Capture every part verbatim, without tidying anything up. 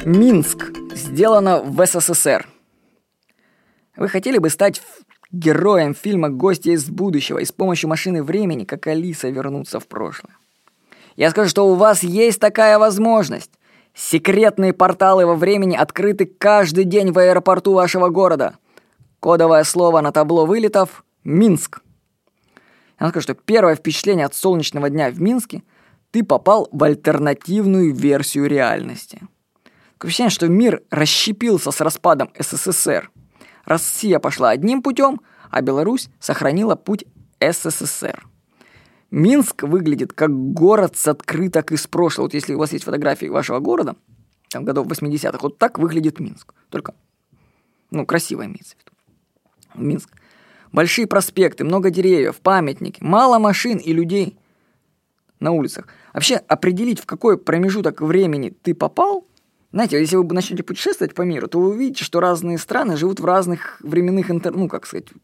Минск. Сделано в СССР. Вы хотели бы стать героем фильма «Гости из будущего» и с помощью машины времени, как Алиса, вернуться в прошлое? Я скажу, что у вас есть такая возможность. Секретные порталы во времени открыты каждый день в аэропорту вашего города. Кодовое слово на табло вылетов – Минск. Я скажу, что первое впечатление от солнечного дня в Минске – ты попал в альтернативную версию реальности. Такое ощущение, что мир расщепился с распадом СССР. Россия пошла одним путем, а Беларусь сохранила путь СССР. Минск выглядит как город с открыток из прошлого. Вот если у вас есть фотографии вашего города, там годов восьмидесятых, вот так выглядит Минск. Только, ну, красиво имеется в виду. Минск. Большие проспекты, много деревьев, памятники, мало машин и людей на улицах. Вообще определить, в какой промежуток времени ты попал, знаете, если вы начнете путешествовать по миру, то вы увидите, что разные страны живут в разных временных, интер... ну, как сказать,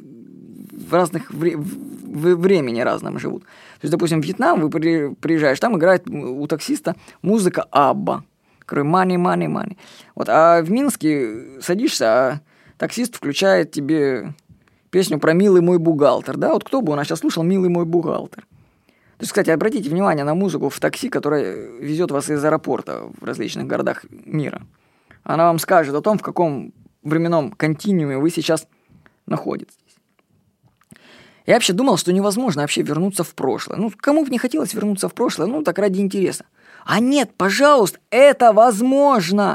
в разных вре... в времени разном живут. То есть, допустим, в Вьетнам вы приезжаешь, там играет у таксиста музыка Абба, который money, money, money. Вот, а в Минске садишься, а таксист включает тебе песню про «Милый мой бухгалтер». Да, вот кто бы у нас сейчас слушал «Милый мой бухгалтер». То есть, кстати, обратите внимание на музыку в такси, которая везет вас из аэропорта в различных городах мира. Она вам скажет о том, в каком временном континууме вы сейчас находитесь. Я вообще думал, что невозможно вообще вернуться в прошлое. Ну, кому бы не хотелось вернуться в прошлое, ну, так ради интереса. А нет, пожалуйста, это возможно!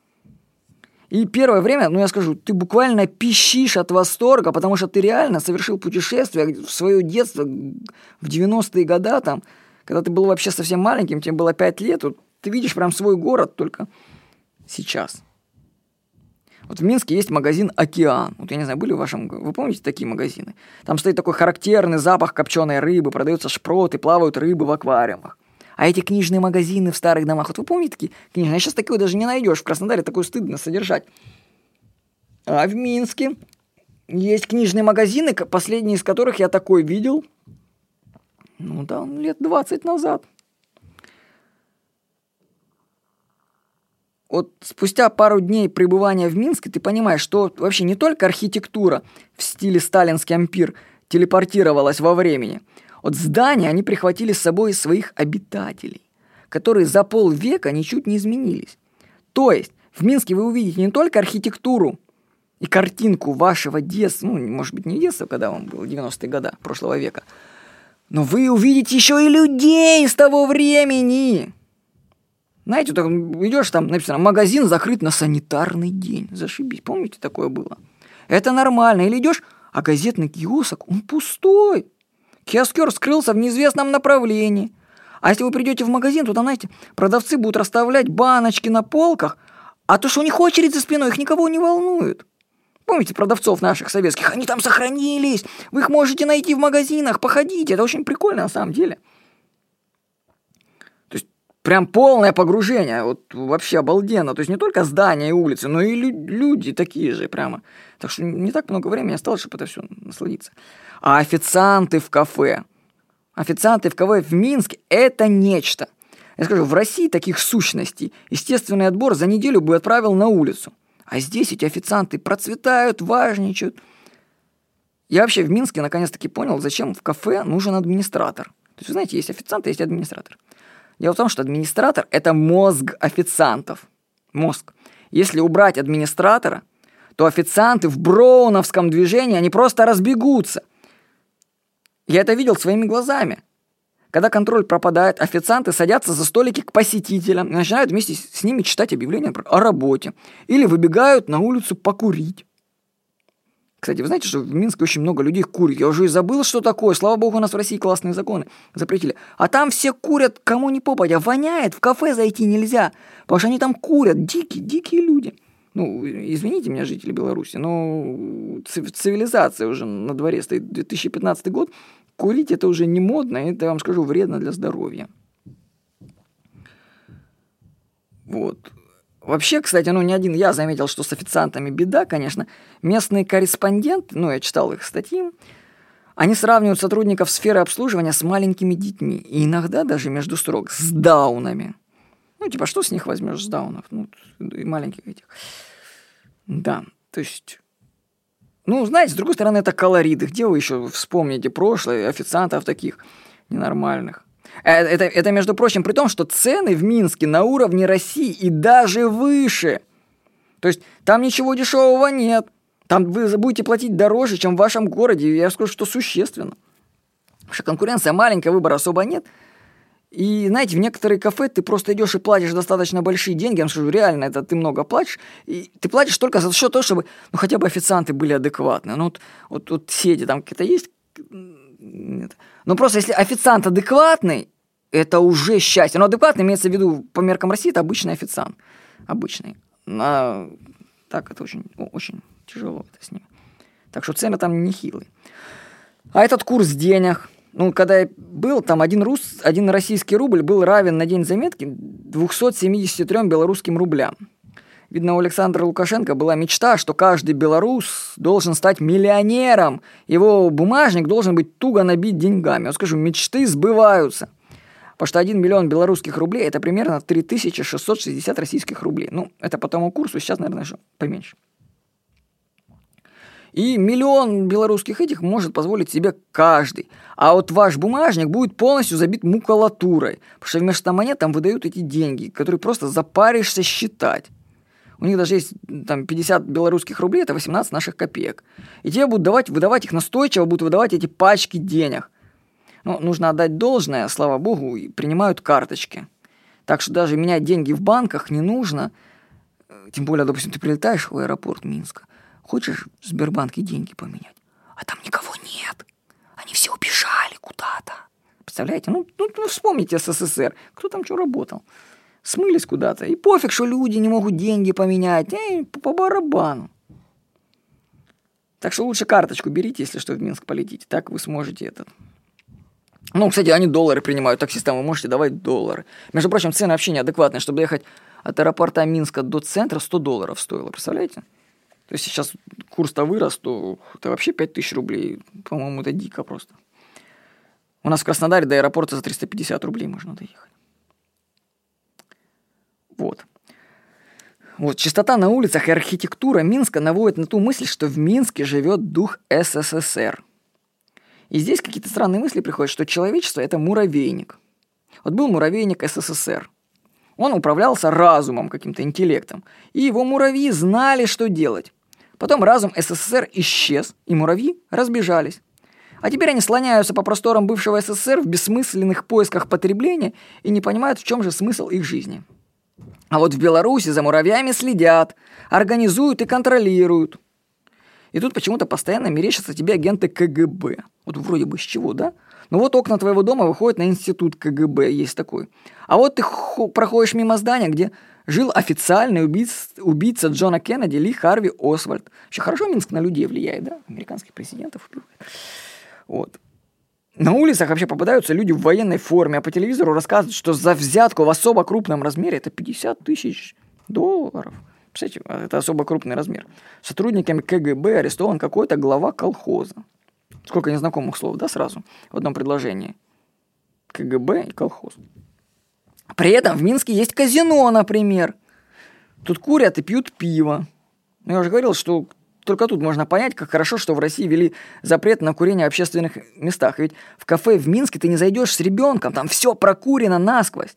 И первое время, ну, я скажу, ты буквально пищишь от восторга, потому что ты реально совершил путешествие в свое детство, в девяностые годы, там, когда ты был вообще совсем маленьким, тебе было пять лет, вот, ты видишь прям свой город только сейчас. Вот в Минске есть магазин «Океан». Вот я не знаю, были в вашем... Вы помните такие магазины? Там стоит такой характерный запах копченой рыбы, продаются шпроты, плавают рыбы в аквариумах. А эти книжные магазины в старых домах, вот вы помните такие книжные? А сейчас такое даже не найдешь. В Краснодаре такое стыдно содержать. А в Минске есть книжные магазины, последний из которых я такой видел, ну да, лет двадцать назад. Вот спустя пару дней пребывания в Минске ты понимаешь, что вообще не только архитектура в стиле сталинский ампир телепортировалась во времени. Вот здания они прихватили с собой своих обитателей, которые за полвека ничуть не изменились. То есть в Минске вы увидите не только архитектуру и картинку вашего детства, ну, может быть, не детства, когда вам было девяностые годы прошлого века, но вы увидите еще и людей с того времени. Знаете, так идешь, там написано, магазин закрыт на санитарный день. Зашибись, помните, такое было? Это нормально. Или идешь, а газетный киоск, он пустой. Киоскер скрылся в неизвестном направлении. А если вы придете в магазин, то там, знаете, продавцы будут расставлять баночки на полках, а то, что у них очередь за спиной, их никого не волнует. Помните продавцов наших советских? Они там сохранились. Вы их можете найти в магазинах, походите. Это очень прикольно на самом деле. То есть прям полное погружение. Вот вообще обалденно. То есть не только здания и улицы, но и лю- люди такие же прямо. Так что не так много времени осталось, чтобы это все насладиться. А официанты в кафе. Официанты в кафе в Минске – это нечто. Я скажу, в России таких сущностей естественный отбор за неделю бы отправил на улицу. А здесь эти официанты процветают, важничают. Я вообще в Минске наконец-таки понял, зачем в кафе нужен администратор. То есть, вы знаете, есть официанты, есть администратор. Дело в том, что администратор – это мозг официантов. Мозг. Если убрать администратора, то официанты в броуновском движении, они просто разбегутся. Я это видел своими глазами. Когда контроль пропадает, официанты садятся за столики к посетителям и начинают вместе с ними читать объявления о работе. Или выбегают на улицу покурить. Кстати, вы знаете, что в Минске очень много людей курят? Я уже и забыл, что такое. Слава богу, у нас в России классные законы запретили. А там все курят, кому ни попадя. Воняет, в кафе зайти нельзя. Потому что они там курят. Дикие, дикие люди. Ну, извините меня, жители Беларуси, но цивилизация уже на дворе стоит, две тысячи пятнадцатый год. Курить это уже не модно, это, я вам скажу, вредно для здоровья. Вот. Вообще, кстати, ну не один я заметил, что с официантами беда, конечно. Местные корреспонденты, ну я читал их статьи, они сравнивают сотрудников сферы обслуживания с маленькими детьми. И иногда даже между строк с даунами. Ну, типа, что с них возьмешь, с даунов? Ну, и маленьких этих. Да, то есть... Ну, знаете, с другой стороны, это колориды. Где вы еще вспомните прошлое официантов таких ненормальных? Это, это, между прочим, при том, что цены в Минске на уровне России и даже выше. То есть там ничего дешевого нет. Там вы будете платить дороже, чем в вашем городе. Я скажу, что существенно. Потому что конкуренция маленькая, выбора особо нет. И, знаете, в некоторые кафе ты просто идешь и платишь достаточно большие деньги. Я вам скажу, реально, это ты много платишь. И ты платишь только за счет того, чтобы ну, хотя бы официанты были адекватны. Ну, вот, вот, вот сети там какие-то есть. Нет. Но просто если официант адекватный, это уже счастье. Но адекватный имеется в виду по меркам России, это обычный официант. Обычный. А так это очень, очень тяжело это с ним. Так что цены там нехилые. А этот курс денег... Ну, когда я был, там один, рус, один российский рубль был равен на день заметки двумстам семидесяти трём белорусским рублям. Видно, у Александра Лукашенко была мечта, что каждый белорус должен стать миллионером. Его бумажник должен быть туго набит деньгами. Я скажу, мечты сбываются. Потому что один миллион белорусских рублей – это примерно три тысячи шестьсот шестьдесят российских рублей. Ну, это по тому курсу, сейчас, наверное, еще поменьше. И миллион белорусских этих может позволить себе каждый. А вот ваш бумажник будет полностью забит макулатурой. Потому что вместо монет там выдают эти деньги, которые просто запаришься считать. У них даже есть там пятьдесят белорусских рублей, это восемнадцать наших копеек. И тебе будут давать, выдавать их настойчиво, будут выдавать эти пачки денег. Ну, нужно отдать должное, слава богу, и принимают карточки. Так что даже менять деньги в банках не нужно. Тем более, допустим, ты прилетаешь в аэропорт Минска. Хочешь в Сбербанке деньги поменять? А там никого нет. Они все убежали куда-то. Представляете? Ну, ну, ну вспомните СССР. Кто там что работал? Смылись куда-то. И пофиг, что люди не могут деньги поменять. Эй, по, по барабану. Так что лучше карточку берите, если что, в Минск полетите. Так вы сможете этот... Ну, кстати, они доллары принимают. Таксистам вы можете давать доллары. Между прочим, цены вообще неадекватные. Чтобы доехать от аэропорта Минска до центра, сто долларов стоило. Представляете? То есть сейчас курс-то вырос, то это вообще пять тысяч рублей. По-моему, это дико просто. У нас в Краснодаре до аэропорта за триста пятьдесят рублей можно доехать. Вот. Вот. Чистота на улицах и архитектура Минска наводит на ту мысль, что в Минске живет дух СССР. И здесь какие-то странные мысли приходят, что человечество – это муравейник. Вот был муравейник СССР. Он управлялся разумом, каким-то интеллектом. И его муравьи знали, что делать. Потом разум СССР исчез, и муравьи разбежались. А теперь они слоняются по просторам бывшего СССР в бессмысленных поисках потребления и не понимают, в чем же смысл их жизни. А вот в Беларуси за муравьями следят, организуют и контролируют. И тут почему-то постоянно мерещатся тебе агенты КГБ. Вот вроде бы с чего, да? Ну вот окна твоего дома выходят на институт КГБ, есть такой. А вот ты проходишь мимо здания, где жил официальный убийц, убийца Джона Кеннеди Ли Харви Освальд. Вообще хорошо Минск на людей влияет, да? Американских президентов убивает. Вот. На улицах вообще попадаются люди в военной форме, а по телевизору рассказывают, что за взятку в особо крупном размере это пятьдесят тысяч долларов. Представляете, это особо крупный размер. Сотрудниками КГБ арестован какой-то глава колхоза. Сколько незнакомых слов, да, сразу в одном предложении. КГБ и колхоз. При этом в Минске есть казино, например. Тут курят и пьют пиво. Ну, я уже говорил, что только тут можно понять, как хорошо, что в России ввели запрет на курение в общественных местах. Ведь в кафе в Минске ты не зайдешь с ребенком, там все прокурено насквозь.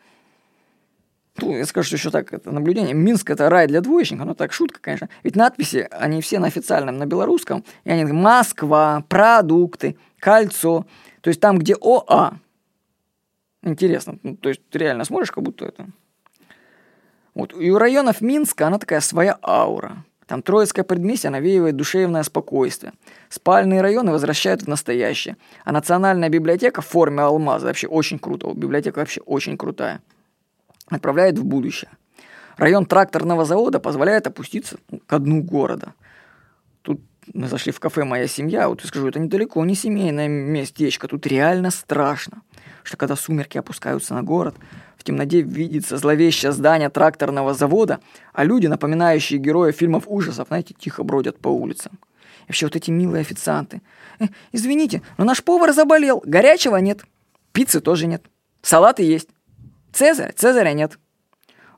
Ну, я скажу, что еще так, это наблюдение. Минск – это рай для двоечников, ну так, шутка, конечно. Ведь надписи, они все на официальном, на белорусском, и они Москва, продукты, кольцо, то есть там, где ОА. Интересно, ну, то есть ты реально смотришь, как будто это... Вот, и у районов Минска она такая своя аура. Там Троицкое предместье навеивает душевное спокойствие. Спальные районы возвращают в настоящее. А национальная библиотека в форме алмаза, вообще очень круто, библиотека вообще очень крутая, отправляет в будущее. Район тракторного завода позволяет опуститься ко дну города. Тут мы зашли в кафе «Моя семья», вот я скажу, это недалеко, не семейное местечко, тут реально страшно. Что когда сумерки опускаются на город, в темноте видится зловещее здание тракторного завода, а люди, напоминающие героев фильмов ужасов, знаете, тихо бродят по улицам. И вообще вот эти милые официанты. Э, извините, но наш повар заболел, горячего нет, пиццы тоже нет, салаты есть. Цезарь? Цезаря нет.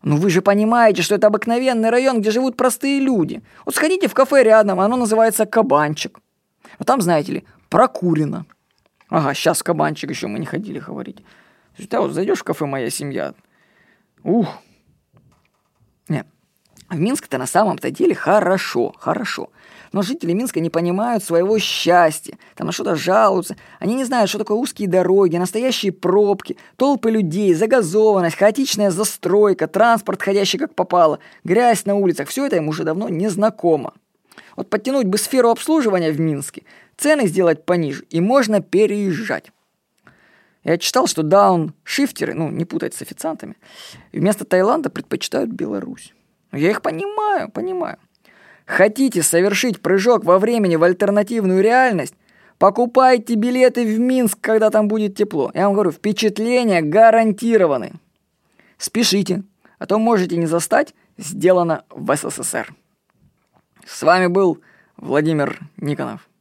Ну вы же понимаете, что это обыкновенный район, где живут простые люди. Вот сходите в кафе рядом, оно называется «Кабанчик». А там, знаете ли, прокурено. Ага, сейчас в «Кабанчик» еще мы не ходили говорить. Ты вот зайдешь в кафе «Моя семья». Ух. Нет. В Минске-то на самом-то деле хорошо, хорошо. Но жители Минска не понимают своего счастья. Там на что-то жалуются. Они не знают, что такое узкие дороги, настоящие пробки, толпы людей, загазованность, хаотичная застройка, транспорт, ходящий как попало, грязь на улицах. Все это им уже давно не знакомо. Вот подтянуть бы сферу обслуживания в Минске, цены сделать пониже, и можно переезжать. Я читал, что дауншифтеры, ну, не путать с официантами, вместо Таиланда предпочитают Беларусь. Я их понимаю, понимаю. Хотите совершить прыжок во времени в альтернативную реальность? Покупайте билеты в Минск, когда там будет тепло. Я вам говорю, впечатления гарантированы. Спешите, а то можете не застать сделано в СССР. С вами был Владимир Никонов.